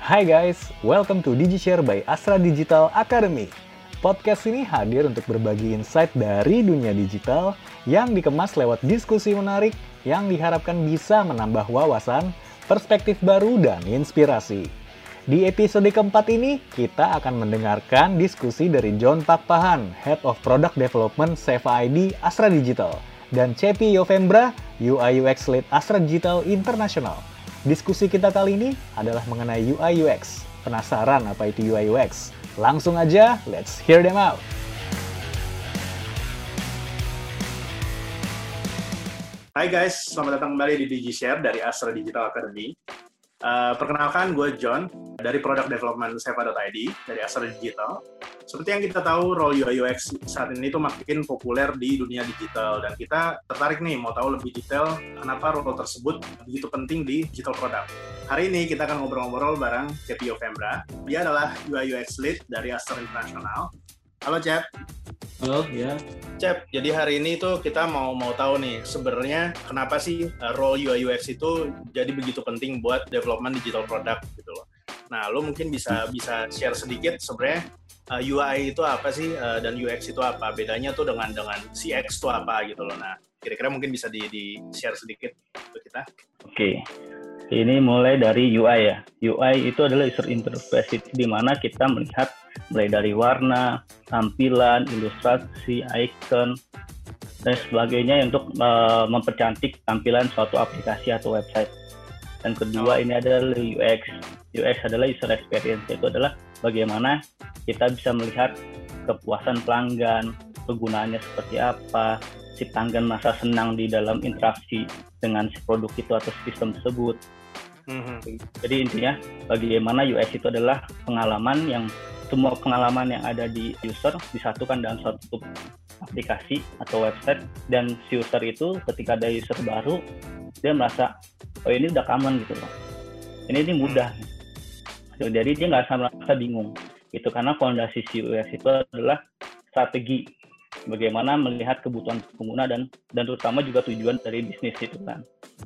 Hai guys, welcome to DigiShare by Astra Digital Academy. Podcast ini hadir untuk berbagi insight dari dunia digital yang dikemas lewat diskusi menarik yang diharapkan bisa menambah wawasan, perspektif baru, dan inspirasi. Di episode keempat ini, kita akan mendengarkan diskusi dari John Pakpahan, Head of Product Development Seva ID Astra Digital, dan Cepi Yovembra, UI UX Lead Astra Digital International. Diskusi kita kali ini adalah mengenai UI UX. Penasaran apa itu UI UX? Langsung aja, let's hear them out! Hai guys, selamat datang kembali di DigiShare dari Astra Digital Academy. Perkenalkan, gue John dari Product Development Seva.id dari Astra Digital. Seperti yang kita tahu, role UI UX saat ini tuh makin populer di dunia digital, dan kita tertarik nih mau tahu lebih detail kenapa role tersebut begitu penting di digital product. Hari ini kita akan ngobrol-ngobrol bareng Cepi Yovembra. Dia adalah UI UX Lead dari Astra International. Halo Cep. Halo, ya. Cep, jadi hari ini tuh kita mau tahu nih sebenarnya kenapa sih role UI UX itu jadi begitu penting buat development digital product gitu loh. Nah, lo mungkin bisa share sedikit sebenarnya UI itu apa sih dan UX itu apa? Bedanya tuh dengan CX itu apa gitu loh. Nah, kira-kira mungkin bisa di share sedikit untuk kita. Oke. Ini mulai dari UI ya. UI itu adalah user interface, di mana kita melihat mulai dari warna, tampilan, ilustrasi, icon, dan sebagainya untuk mempercantik tampilan suatu aplikasi atau website. Dan kedua ini adalah UX. UX adalah user experience, itu adalah bagaimana kita bisa melihat kepuasan pelanggan, kegunaannya seperti apa, si pelanggan merasa senang di dalam interaksi dengan si produk itu atau sistem tersebut. Jadi intinya bagaimana UX itu adalah pengalaman yang semua pengalaman yang ada di user disatukan dalam suatu aplikasi atau website, dan si user itu ketika ada user baru dia merasa oh ini udah common gitu loh, ini mudah, jadi dia nggak merasa bingung gitu, karena fondasi si UX itu adalah strategi bagaimana melihat kebutuhan pengguna dan terutama juga tujuan dari bisnis itu kan.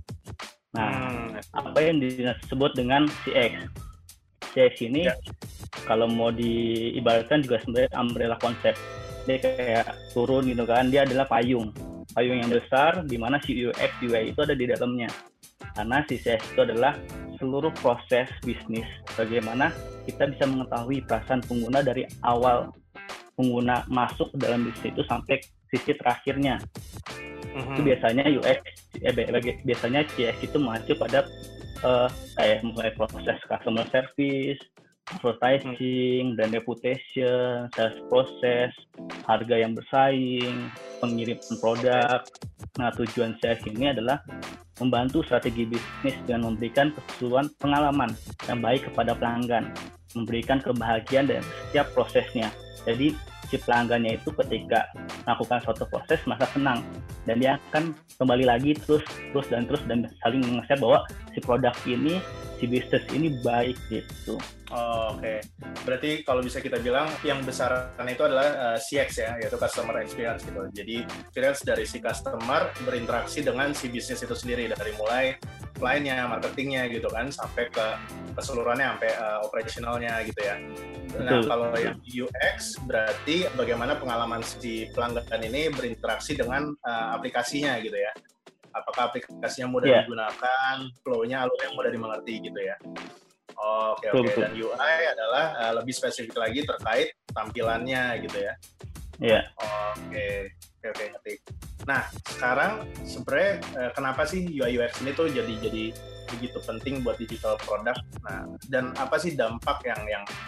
Nah, apa yang disebut dengan CX? CX ini kalau mau diibaratkan juga sebenarnya umbrella konsep. Dia kayak turun gitu kan, dia adalah payung yang besar di mana si UX UI itu ada di dalamnya. Karena si CX itu adalah seluruh proses bisnis, bagaimana kita bisa mengetahui perasaan pengguna dari awal pengguna masuk ke dalam bisnis itu sampai sisi terakhirnya. Itu biasanya UX, biasanya CX itu mengacu pada kayak mulai proses customer service, advertising, brand reputation, sales process, harga yang bersaing, pengiriman produk. Nah, tujuan CX ini adalah membantu strategi bisnis dengan memberikan keseluruhan pengalaman yang baik kepada pelanggan, memberikan kebahagiaan dalam setiap prosesnya. Jadi si pelanggannya itu ketika melakukan suatu proses merasa senang, dan dia akan kembali lagi terus dan saling mengeset bahwa si produk ini, si bisnis ini baik gitu. Oke. Berarti kalau bisa kita bilang yang besaran itu adalah CX ya, yaitu customer experience gitu. Jadi experience dari si customer berinteraksi dengan si bisnis itu sendiri, dari mulai line-nya, marketingnya gitu kan, sampai ke keseluruhannya, sampai operationalnya gitu ya. Nah, kalau yang UX berarti bagaimana pengalaman si pelanggan ini berinteraksi dengan aplikasinya gitu ya. Apakah aplikasinya mudah digunakan, flow-nya, alurnya mudah dimengerti gitu ya. Oke. Dan UI adalah lebih spesifik lagi terkait tampilannya gitu ya. Iya. Oke, ngerti. Nah, sekarang sebenarnya kenapa sih UI UX ini tuh jadi begitu penting buat digital product? Nah, dan apa sih dampak yang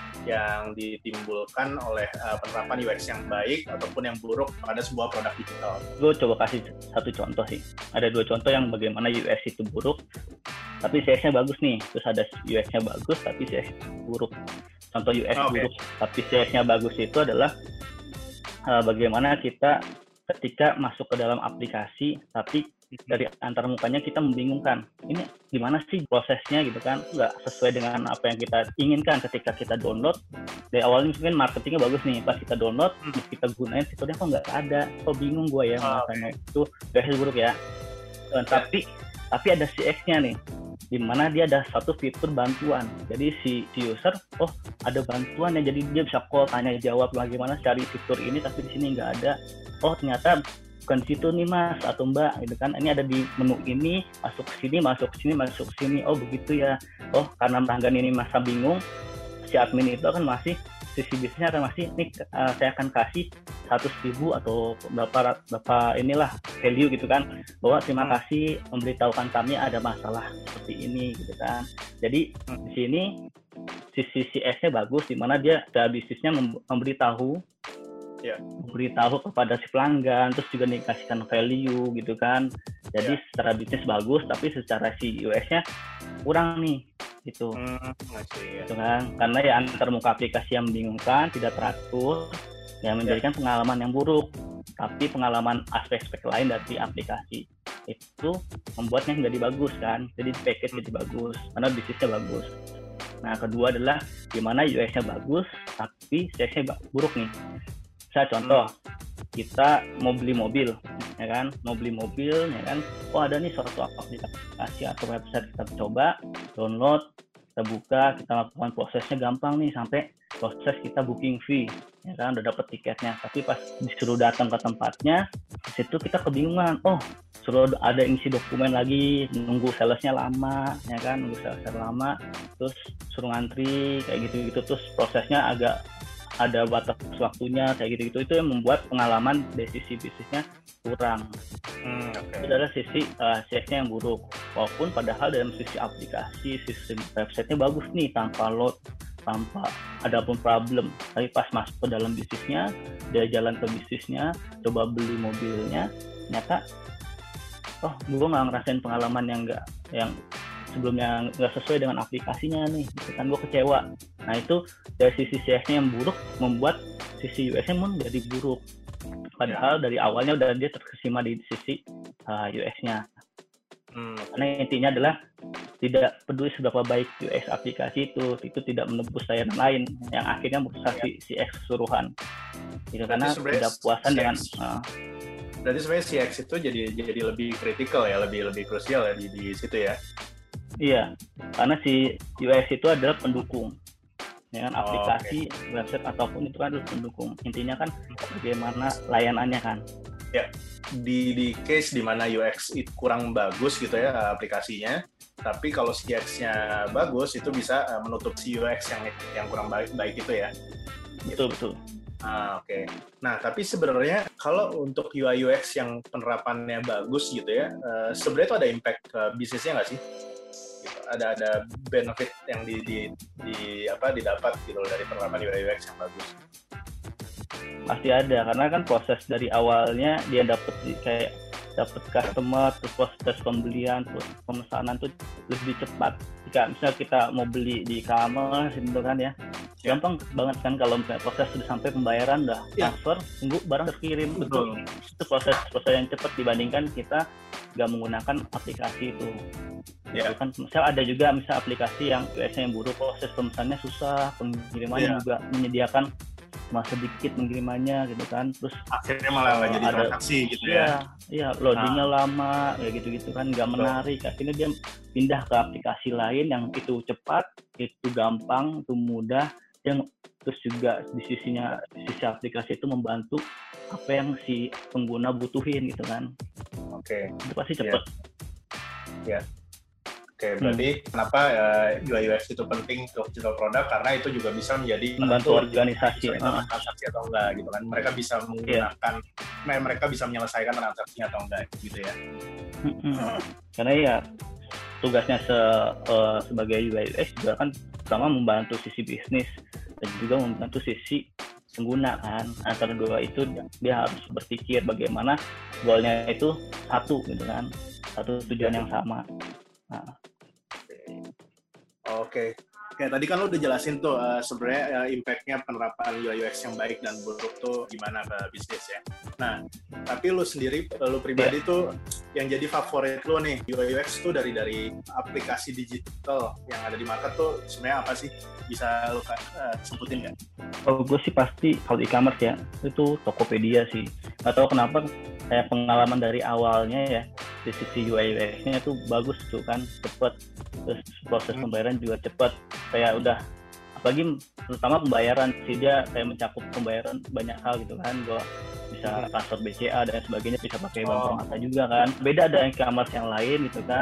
ditimbulkan oleh penerapan UX yang baik ataupun yang buruk pada sebuah produk digital? Gue coba kasih satu contoh sih. Ada dua contoh yang bagaimana UX itu buruk, tapi CX-nya bagus nih. Terus ada UX-nya bagus, tapi CX buruk. Contoh UX buruk, tapi CX-nya bagus itu adalah bagaimana kita ketika masuk ke dalam aplikasi, tapi dari antar mukanya kita membingungkan. Ini gimana sih prosesnya gitu kan? Nggak sesuai dengan apa yang kita inginkan ketika kita download. Dari awalnya mungkin marketingnya bagus nih, pas kita download, kita gunain fiturnya kok nggak ada. Kok bingung gue ya, makanya itu UX buruk ya. Tapi ada CX-nya nih. di mana dia ada satu fitur bantuan. Jadi si user, oh ada bantuan ya, jadi dia bisa call, tanya jawab bagaimana cari fitur ini tapi di sini nggak ada. Oh ternyata bukan situ nih mas atau mbak gitu kan, ini ada di menu ini, masuk ke sini, masuk ke sini, masuk ke sini. Oh begitu ya. Oh karena pelanggan ini masa bingung, si admin itu akan masih, sisi bisnisnya akan masih, nih saya akan kasih 100.000 atau berapa inilah value gitu kan, bahwa terima kasih memberitahukan kami ada masalah seperti ini gitu kan. Jadi di sini sisi CS-nya bagus, di mana dia dari bisnisnya memberitahu kepada si pelanggan, terus juga dikasihkan value gitu kan. Jadi secara bisnis bagus, tapi secara si UX-nya kurang nih gitu. Gitu kan, karena ya antar muka aplikasi yang membingungkan, tidak teratur, yang menjadikan pengalaman yang buruk. Tapi pengalaman aspek-aspek lain dari aplikasi itu membuatnya menjadi bagus kan, jadi package jadi bagus karena bisnisnya bagus. Nah kedua adalah gimana UX-nya bagus tapi CS-nya buruk nih. Saya contoh, kita mau beli mobil, ya kan, ya kan, oh ada nih suatu aplikasi atau website, kita coba download, kita buka, kita lakukan prosesnya gampang nih, sampai proses kita booking fee, ya kan, udah dapet tiketnya. Tapi pas disuruh datang ke tempatnya, di situ kita kebingungan, oh suruh ada isi dokumen lagi, nunggu salesnya lama, ya kan, terus suruh ngantri kayak gitu-gitu, terus prosesnya agak ada batas waktunya kayak gitu-gitu. Itu yang membuat pengalaman dari sisi bisnisnya kurang. Itu adalah sisi CS-nya yang buruk. Walaupun padahal dalam sisi aplikasi, sistem website-nya bagus nih, tanpa load, tanpa ada pun problem. Tapi pas masuk ke dalam bisnisnya, dia jalan ke bisnisnya, coba beli mobilnya, ternyata oh gue nggak ngerasain pengalaman yang sebelumnya nggak sesuai dengan aplikasinya nih, gitu kan, gue kecewa. Nah itu dari sisi CS-nya yang buruk membuat sisi UX-nya pun jadi buruk. Padahal dari awalnya udah dia terkesima di sisi UX-nya. Karena intinya adalah tidak peduli seberapa baik UX aplikasi itu tidak menembus layanan lain yang akhirnya merusak si CX keseluruhan. Gitu, karena tidak puasan dengan berarti sebenarnya CX itu jadi lebih kritikal ya, lebih krusial ya di situ ya. Iya, karena si UX itu adalah pendukung, ya kan, aplikasi, website ataupun itu kan adalah pendukung. Intinya kan bagaimana layanannya kan. Ya, di case di mana UX itu kurang bagus gitu ya aplikasinya, tapi kalau CX-nya bagus itu bisa menutup si UX yang kurang baik itu ya. Betul. Oke. Nah, tapi sebenarnya kalau untuk UI UX yang penerapannya bagus gitu ya, sebenarnya itu ada impact ke bisnisnya nggak sih? Ada benefit yang didapat gitu dari penerapan UI UX yang bagus. Pasti ada, karena kan proses dari awalnya dia dapat customer, terus proses pembelian, terus pemesanan tuh lebih cepat. Jika misalnya kita mau beli di e-commerce gitu kan ya, gampang banget kan kalau misalnya proses sudah sampai pembayaran, udah transfer, tunggu barang terkirim. Betul. Itu proses yang cepat dibandingkan kita nggak menggunakan aplikasi itu. Ya kan, misal ada juga aplikasi yang UX-nya yang buruk, proses pemesannya susah, pengirimannya juga menyediakan cuma sedikit pengirimannya gitu kan, terus akhirnya malah nggak jadi transaksi gitu ya. Iya, loadingnya lama kayak gitu kan, nggak menarik. Akhirnya dia pindah ke aplikasi lain yang itu cepat, itu gampang, itu mudah, yang terus juga di sisi aplikasi itu membantu apa yang si pengguna butuhin gitu kan. Oke. Itu pasti cepat. Ya. Oke, berarti kenapa UI UX itu penting untuk digital product, karena itu juga bisa menjadi membantu organisasi transaksi atau enggak gitu kan. Mereka bisa menggunakan, mereka bisa menyelesaikan transaksinya atau enggak gitu ya. Karena ya tugasnya sebagai UI UX juga kan pertama membantu sisi bisnis dan juga membantu sisi pengguna kan. Antara dua itu dia harus berpikir bagaimana goalnya itu satu gitu kan, satu tujuan yang sama. Oke. Kayak tadi kan lu udah jelasin tuh sebenarnya impact-nya penerapan UI UX yang baik dan buruk tuh gimana ke bisnis ya. Nah, tapi lu sendiri, lu pribadi tuh yang jadi favorit lu nih UI UX tuh dari aplikasi digital yang ada di market tuh sebenarnya apa sih? Bisa lu sebutin nggak? Oh, gue sih pasti kalau e-commerce ya, itu Tokopedia sih. Nggak tahu kenapa kayak pengalaman dari awalnya ya, di sisi UI UX-nya tuh bagus tuh kan, cepet, terus proses pembayaran juga cepet, kayak udah, apalagi terutama pembayaran sih, dia kayak mencakup pembayaran banyak hal gitu kan, gue bisa transfer BCA dan sebagainya, bisa pakai bank permata juga kan. Beda ada e-commerce yang lain gitu kan,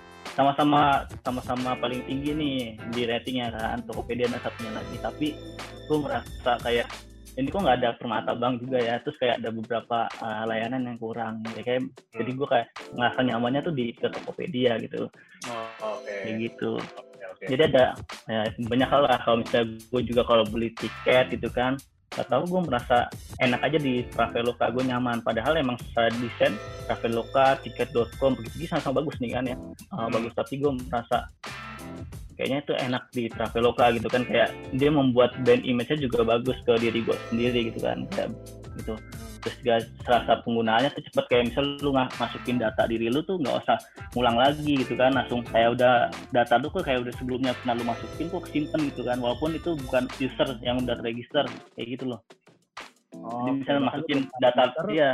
sama-sama paling tinggi nih di ratingnya kan, Tokopedia dan satunya lagi, tapi gue merasa kayak ini kok nggak ada permata bank juga ya, terus kayak ada beberapa layanan yang kurang ya, kayak jadi gue kayak ngerasa nyamannya tuh di Tokopedia gitu. Kayak gitu. Jadi ada banyak hal lah, kalau misalnya gue juga kalau beli tiket gitu kan, gak tau gue merasa enak aja di Traveloka, gue nyaman, padahal emang secara desain Traveloka, tiket.com begitu sama bagus nih kan ya, bagus, tapi gue merasa kayaknya itu enak di Traveloka gitu kan, kayak dia membuat brand image-nya juga bagus ke diri gue sendiri gitu kan, kayak gitu. Terus juga serasa penggunaannya tuh cepet, kayak misal lu masukin data diri lu tuh nggak usah ngulang lagi gitu kan, langsung kayak udah data lu kok kayak udah sebelumnya pernah lu masukin kok kesimpan gitu kan, walaupun itu bukan user yang udah register kayak gitu loh. Jadi misalnya masukin data dia,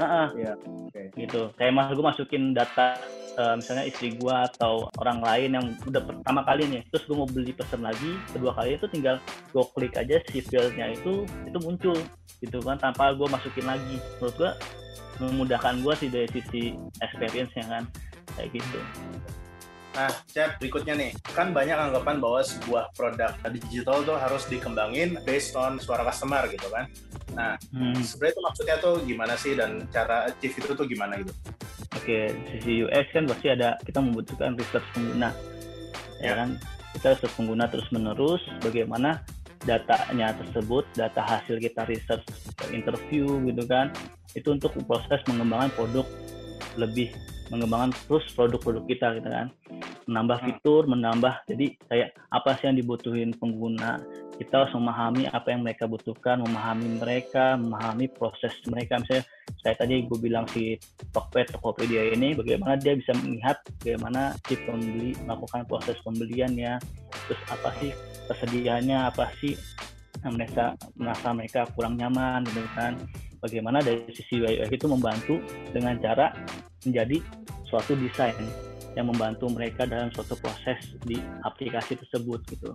gitu. Kayak gue masukin data misalnya istri gue atau orang lain yang udah pertama kali nih, terus gue mau beli pesan lagi kedua kali, itu tinggal gue klik aja si filenya itu muncul gitu kan, tanpa gue masukin lagi. Menurut gue memudahkan gue sih dari sisi experience-nya kan, kayak gitu. Nah, Cep, berikutnya nih, kan banyak anggapan bahwa sebuah produk digital tuh harus dikembangin based on suara customer gitu kan. Nah, sebenarnya itu maksudnya tuh gimana sih, dan cara achieve itu tuh gimana gitu? Oke, sisi UX kan pasti ada, kita membutuhkan research pengguna, ya kan? Kita research pengguna terus-menerus, bagaimana datanya tersebut, data hasil kita research, interview gitu kan, itu untuk proses mengembangkan produk, lebih mengembangkan terus produk-produk kita gitu kan, menambah fitur, jadi kayak apa sih yang dibutuhin pengguna, kita harus memahami apa yang mereka butuhkan, memahami proses mereka. Misalnya kayak tadi gue bilang si Tokopedia ini, bagaimana dia bisa melihat bagaimana si pembeli melakukan proses pembeliannya, terus apa sih kesediaannya, apa sih yang merasa mereka kurang nyaman gitu kan, bagaimana dari sisi UI itu membantu dengan cara menjadi suatu desain yang membantu mereka dalam suatu proses di aplikasi tersebut gitu.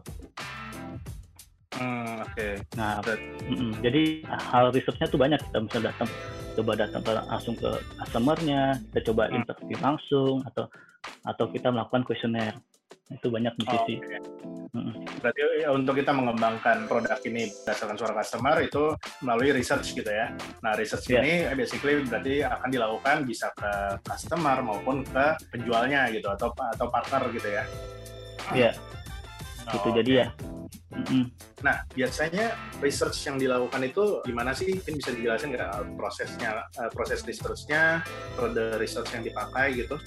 Nah, jadi hal research-nya tuh banyak. Kita bisa coba datang langsung ke customer-nya, kita coba interview langsung, atau kita melakukan kuesioner. Itu banyak di sisi. Berarti untuk kita mengembangkan produk ini berdasarkan suara customer itu melalui research gitu ya. Nah, research ini basically berarti akan dilakukan bisa ke customer maupun ke penjualnya gitu, atau partner gitu ya. Iya. Gitu jadi ya. Nah, biasanya research yang dilakukan itu gimana sih? Mungkin bisa dijelasin nggak proses research-nya, metode research yang dipakai gitu?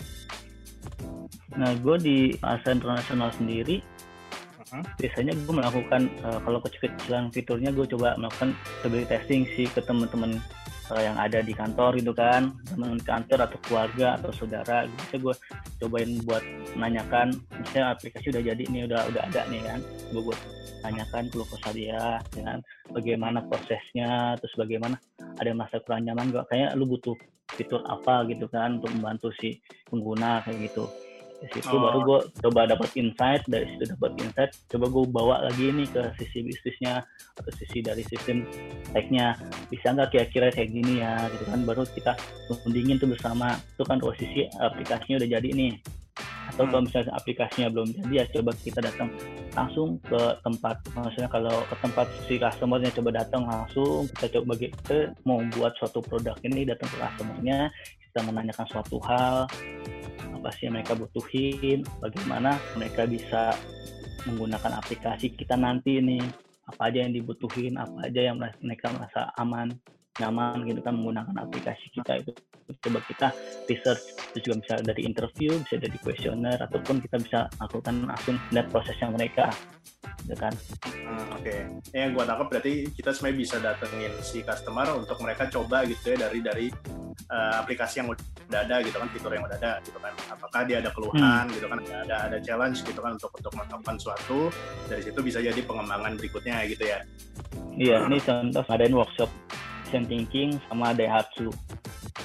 Nah, gue di Asa Internasional sendiri, biasanya gue melakukan, kalau kecil-kecilan fiturnya gue coba melakukan stability testing sih ke teman-teman yang ada di kantor gitu kan, teman kantor atau keluarga atau saudara. Bisa gue cobain buat menanyakan, misalnya aplikasi udah jadi nih, udah ada nih kan, gue tanyakan keluh kesah dia, dengan bagaimana prosesnya, terus bagaimana ada masa kurang nyaman gak, kayak lu butuh fitur apa gitu kan untuk membantu si pengguna kayak gitu. Dari situ baru gue coba dapat insight, coba gue bawa lagi nih ke sisi bisnisnya atau sisi dari sistem tech-nya, bisa nggak kira-kira kayak gini ya gitu kan, baru kita mendingin tuh bersama. Itu kan posisi aplikasinya udah jadi nih, atau kalau misalnya aplikasinya belum jadi ya coba kita datang langsung ke tempat, maksudnya kalau ke tempat si customer-nya, coba datang langsung, kita coba kita mau buat suatu produk ini, datang ke customer-nya, kita menanyakan suatu hal, apa sih yang mereka butuhin, bagaimana mereka bisa menggunakan aplikasi kita nanti nih, apa aja yang dibutuhin, apa aja yang mereka merasa aman, nyaman gitu kan menggunakan aplikasi kita. Itu coba kita research. Itu juga bisa dari interview, bisa dari kuesioner, ataupun kita bisa lakukan langsung lihat prosesnya mereka gitu kan. Yang gue tangkap berarti kita sebenarnya bisa datengin si customer untuk mereka coba gitu ya, dari aplikasi yang udah ada gitu kan, fitur yang udah ada gitu kan, apakah dia ada keluhan gitu kan, ada challenge gitu kan untuk melakukan suatu, dari situ bisa jadi pengembangan berikutnya gitu ya. Iya, ini contoh ngadain workshop design thinking sama Daihatsu.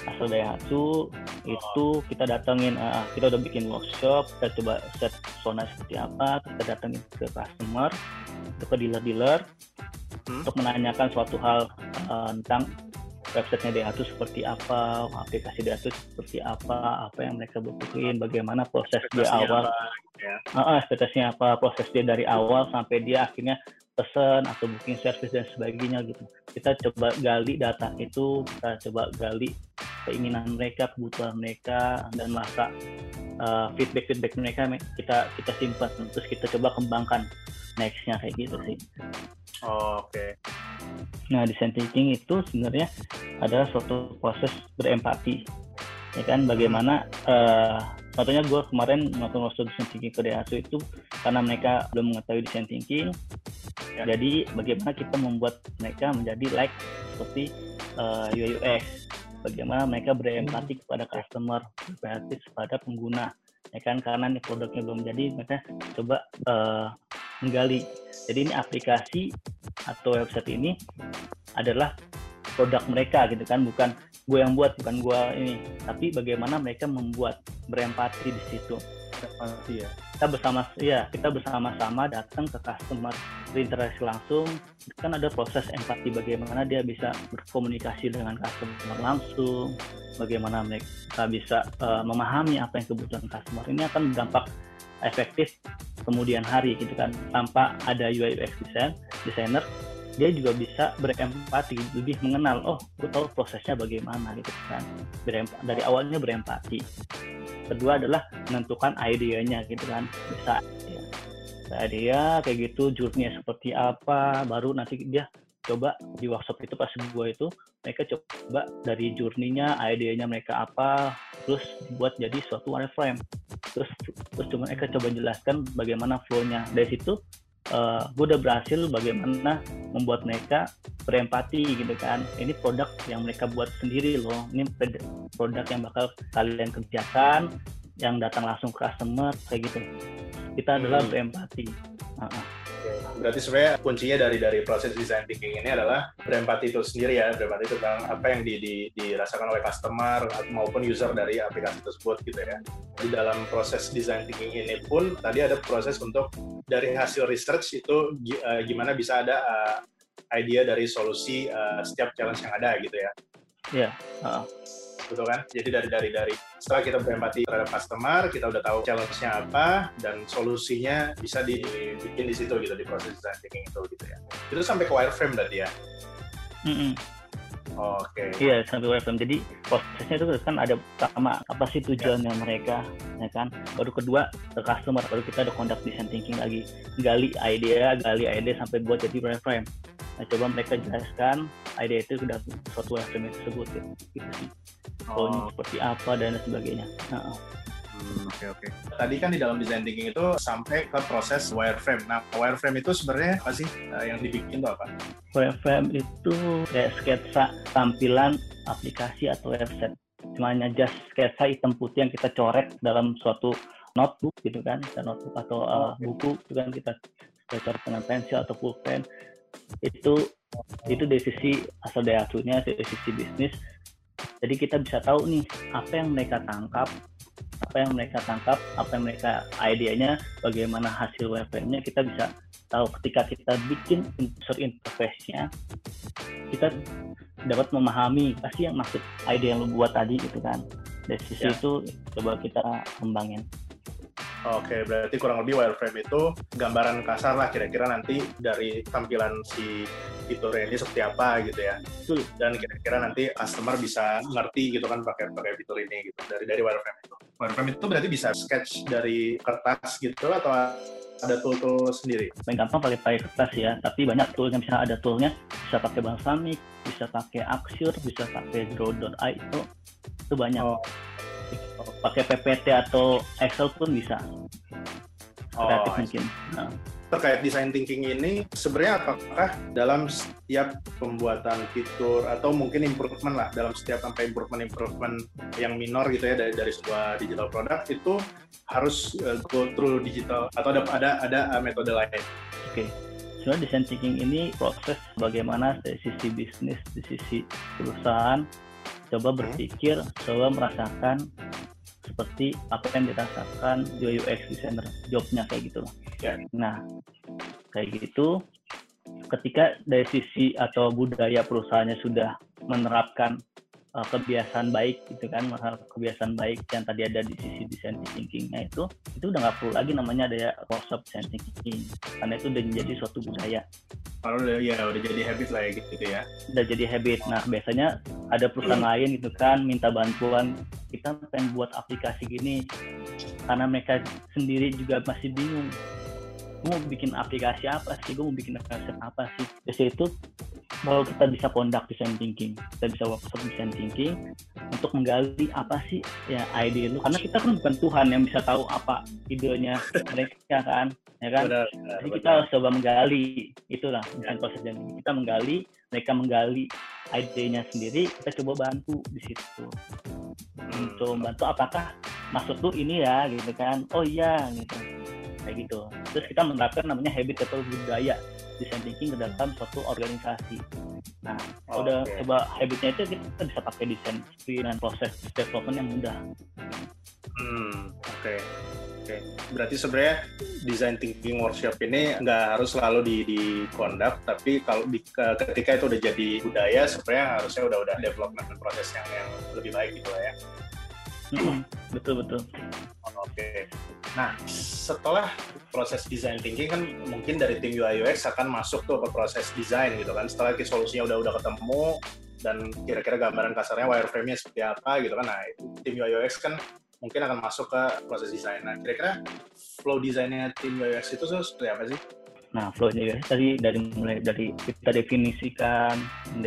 asal Daihatsu itu kita datengin, kita udah bikin workshop, kita coba set zona seperti apa, kita datengin ke customer, ke dealer-dealer untuk menanyakan suatu hal tentang websitenya Daihatsu seperti apa, aplikasi Daihatsu seperti apa yang mereka butuhin, bagaimana proses dia awal, ekspektasinya apa, proses dia dari awal sampai dia akhirnya pesan atau booking service dan sebagainya gitu. Kita coba gali data itu, kita coba gali keinginan mereka, kebutuhan mereka, dan masa feedback mereka kita simpan, terus kita coba kembangkan nextnya kayak gitu sih. Oke. Nah, design thinking itu sebenarnya adalah suatu proses berempati, ya kan? Bagaimana contohnya gue kemarin melakukan workshop design thinking ke Daihatsu itu karena mereka belum mengetahui design thinking, jadi bagaimana kita membuat mereka menjadi like seperti UI UX, bagaimana mereka berempati kepada customer, berempati kepada pengguna, ya kan? Karena ini produknya belum jadi, mereka coba menggali. Jadi ini aplikasi atau website ini adalah produk mereka gitu kan, bukan gue yang buat, bukan gue ini, tapi bagaimana mereka membuat, berempati di situ. Empati ya. Kita bersama-sama datang ke customer, berinteraksi langsung, kan ada proses empati, bagaimana dia bisa berkomunikasi dengan customer langsung, bagaimana mereka bisa memahami apa yang kebutuhan customer. Ini akan berdampak efektif kemudian hari gitu kan. Tanpa ada UI UX designer, dia juga bisa berempati, lebih mengenal, gue tahu prosesnya bagaimana gitu kan. Dari awalnya berempati. Kedua adalah menentukan idenya gitu kan, bisa idea kayak gitu, journey-nya seperti apa, baru nanti dia coba di workshop itu pas gue itu mereka coba dari journey-nya, idenya mereka apa, terus buat jadi suatu wireframe, terus mereka coba jelaskan bagaimana flow-nya. Dari situ gue udah berhasil bagaimana membuat mereka berempati gitu kan. Ini produk yang mereka buat sendiri loh, ini produk yang bakal kalian kerjakan, yang datang langsung ke customer kayak gitu. Kita adalah berempati. Berarti sebenarnya kuncinya dari proses design thinking ini adalah berempati itu sendiri ya, berempati tentang apa yang dirasakan oleh customer maupun user dari aplikasi tersebut gitu ya. Di dalam proses design thinking ini pun tadi ada proses untuk dari hasil research itu gimana bisa ada idea dari solusi setiap challenge yang ada gitu ya. Iya. Betul kan? Jadi dari setelah kita berempati terhadap customer, kita udah tahu challenge-nya apa dan solusinya bisa dibikin di situ gitu, di proses design thinking itu gitu ya. Itu sampai ke wireframe berarti ya? Oke. Iya, sampai wireframe. Jadi prosesnya itu kan ada pertama apa sih tujuannya mereka, ya kan? Baru kedua ke customer, baru kita ada conduct design thinking lagi, gali ide sampai buat jadi wireframe. Nah, coba mereka jelaskan ide itu sudah suatu wireframe tersebut gitu sih. Seperti apa dan sebagainya. Oke. Tadi kan di dalam design thinking itu sampai ke proses wireframe. Nah, wireframe itu sebenarnya apa sih yang dibikin itu apa? Wireframe itu kayak sketsa tampilan aplikasi atau website. Cuma just sketsa hitam putih yang kita coret dalam suatu notebook gitu kan, notebook atau buku itu kan kita coret dengan pensil atau pulpen. Itu dari sisi asal Daihatsu-nya, dari sisi bisnis. Jadi kita bisa tahu nih apa yang mereka tangkap, apa yang mereka idenya, bagaimana hasil wireframe-nya, kita bisa tahu. Ketika kita bikin user interface-nya, kita dapat memahami pasti yang maksud ide yang lu buat tadi gitu kan. Dari sisi itu coba kita kembangin. Oke, berarti kurang lebih wireframe itu gambaran kasar lah kira-kira nanti dari tampilan si fitur ini seperti apa gitu ya. Dan kira-kira nanti customer bisa ngerti gitu kan pakai fitur ini gitu dari wireframe itu. Wireframe itu berarti bisa sketch dari kertas gitu atau ada tool sendiri? Paling gampang pakai kertas ya, tapi banyak toolnya, misalnya ada toolnya bisa pakai Balsamiq, bisa pakai Axure, bisa pakai Draw.io, itu banyak. Pakai PPT atau Excel pun bisa. Kreatif mungkin. Terkait design thinking ini, sebenarnya apakah dalam setiap pembuatan fitur atau mungkin improvement lah, dalam setiap sampai improvement yang minor gitu ya dari sebuah digital product itu harus go through digital atau ada metode lain? Oke. Sebenarnya design thinking ini proses bagaimana dari sisi bisnis, di sisi perusahaan, coba berpikir, coba merasakan seperti apa yang dirasakan UI UX designer, jobnya kayak gitu loh. Nah, kayak gitu, ketika dari sisi atau budaya perusahaannya sudah menerapkan kebiasaan baik gitu kan, kebiasaan baik yang tadi ada di sisi design thinkingnya itu udah nggak perlu lagi namanya ada workshop design thinking, karena itu udah menjadi suatu budaya. Kalau udah jadi habit lah ya gitu ya. Udah jadi habit. Nah biasanya ada perusahaan lain gitu kan minta bantuan, kita pengen buat aplikasi gini, karena mereka sendiri juga masih bingung, mau bikin aplikasi apa sih, gue mau bikin konsep apa sih. Dari itu baru kita bisa conduct design thinking, kita bisa workshop design thinking untuk menggali apa sih ya ide lu, karena kita kan bukan Tuhan yang bisa tahu apa idenya mereka kan, ya kan. Jadi kita harus coba menggali, itulah design proses yang kita menggali, mereka menggali idenya sendiri, kita coba bantu di situ. Coba bantu apakah maksud lu ini ya gitu kan, oh iya gitu, kayak gitu. Terus kita menerapkan namanya habit atau budaya design thinking ke dalam suatu organisasi. Nah, udah coba habitnya itu kita bisa pakai design sprint dan proses development yang mudah. Oke. Berarti sebenarnya design thinking workshop ini nggak harus selalu di conduct, tapi kalau ketika itu udah jadi budaya, sebenarnya harusnya udah development proses yang lebih baik gitu lah ya. Betul. Oke. Nah, setelah proses design thinking kan mungkin dari tim UI UX akan masuk tuh ke proses desain gitu kan. Setelah solusinya udah ketemu dan kira-kira gambaran kasarnya wireframe-nya seperti apa gitu kan. Nah, tim UI UX kan mungkin akan masuk ke proses desain. Nah, kira-kira flow desainnya tim UI UX itu seperti apa sih? Nah, flow-nya tadi mulai dari kita mendefinisikan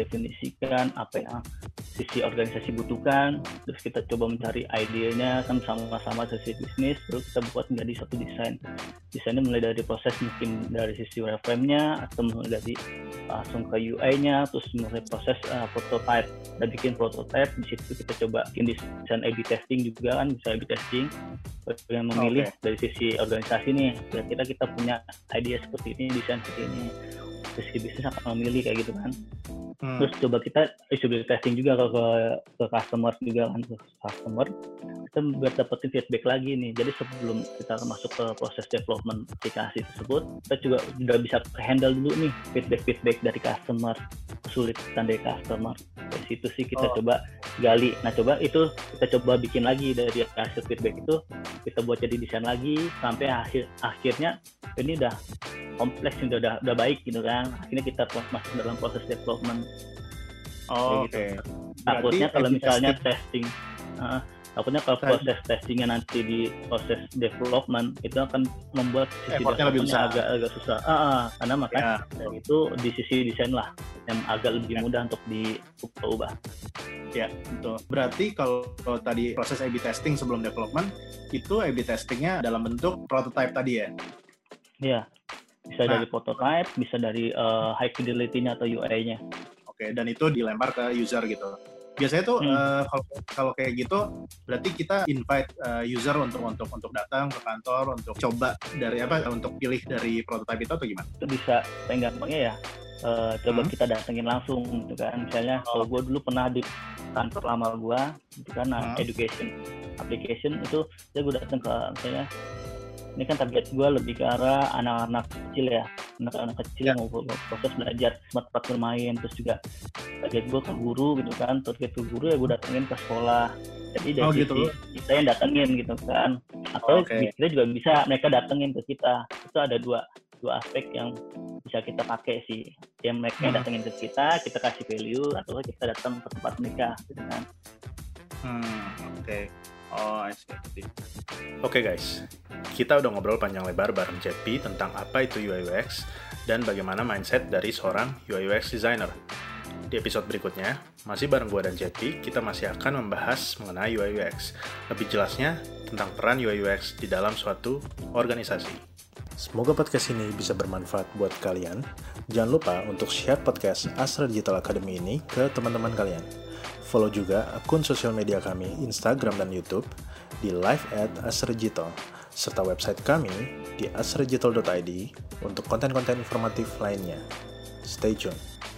apa yang sisi organisasi butuhkan, terus kita coba mencari idenya kan sama-sama sisi bisnis, terus kita buat menjadi satu desain. Desainnya mulai dari proses mungkin dari sisi wireframe-nya atau mulai dari langsung ke UI-nya, terus mulai proses prototype. Dan bikin prototype, di situ kita coba bikin desain A/B testing juga kan, bisa A/B testing. Yang memilih dari sisi organisasi nih, kira-kira kita punya ide seperti ini, desain seperti ini, terus bisnis akan memilih kayak gitu kan. Terus coba kita usability testing juga ke customer juga kan, ke customer kita biar dapetin feedback lagi nih. Jadi sebelum kita masuk ke proses development aplikasi tersebut, kita juga udah bisa handle dulu nih feedback dari customer, kesulitan dari customer. Dari situ sih kita coba gali. Nah coba itu kita coba bikin lagi dari hasil feedback itu, kita buat jadi desain lagi sampai akhirnya ini udah kompleks, udah baik gitu kan. Akhirnya kita masuk dalam proses development. Oke. Takutnya kalau misalnya testing, takutnya kalau proses testingnya nanti di proses development itu akan membuat sisi developmentnya agak susah. Karena makanya itu di sisi desain lah yang agak lebih mudah untuk diubah. Ya, betul. Berarti kalau tadi proses A/B testing sebelum development, itu A/B testingnya dalam bentuk prototype tadi ya? Iya, bisa dari prototype, bisa dari high fidelity-nya atau UI-nya. Oke, dan itu dilempar ke user gitu. Biasanya tuh kalau kayak gitu, berarti kita invite user untuk datang ke kantor untuk coba dari untuk pilih dari prototype itu atau gimana? Itu bisa paling gampangnya ya. Coba kita datengin langsung gitu kan. Misalnya kalau gue dulu pernah di kantor lama gue gitu kan, education application itu gue datang ke misalnya, ini kan target gue lebih ke arah anak-anak kecil ya, anak-anak kecil yang mau proses belajar, tempat bermain, terus juga target gue ke guru gitu kan, target ke guru ya gue datengin ke sekolah. Jadi dari sisi kita yang datengin gitu kan, atau kita juga bisa mereka datengin ke kita. Itu ada dua aspek yang bisa kita pakai sih, yang mereka datengin ke kita kasih value, atau kita datang ke tempat mereka gitu kan. I see. Oke guys, kita udah ngobrol panjang lebar bareng JP tentang apa itu UI UX dan bagaimana mindset dari seorang UI UX designer. Di episode berikutnya, masih bareng gue dan JP, kita masih akan membahas mengenai UI UX. Lebih jelasnya tentang peran UI UX di dalam suatu organisasi. Semoga podcast ini bisa bermanfaat buat kalian. Jangan lupa untuk share podcast Astra Digital Academy ini ke teman-teman kalian. Follow juga akun sosial media kami, Instagram dan YouTube, di live@asradigital, serta website kami di asradigital.id untuk konten-konten informatif lainnya. Stay tuned.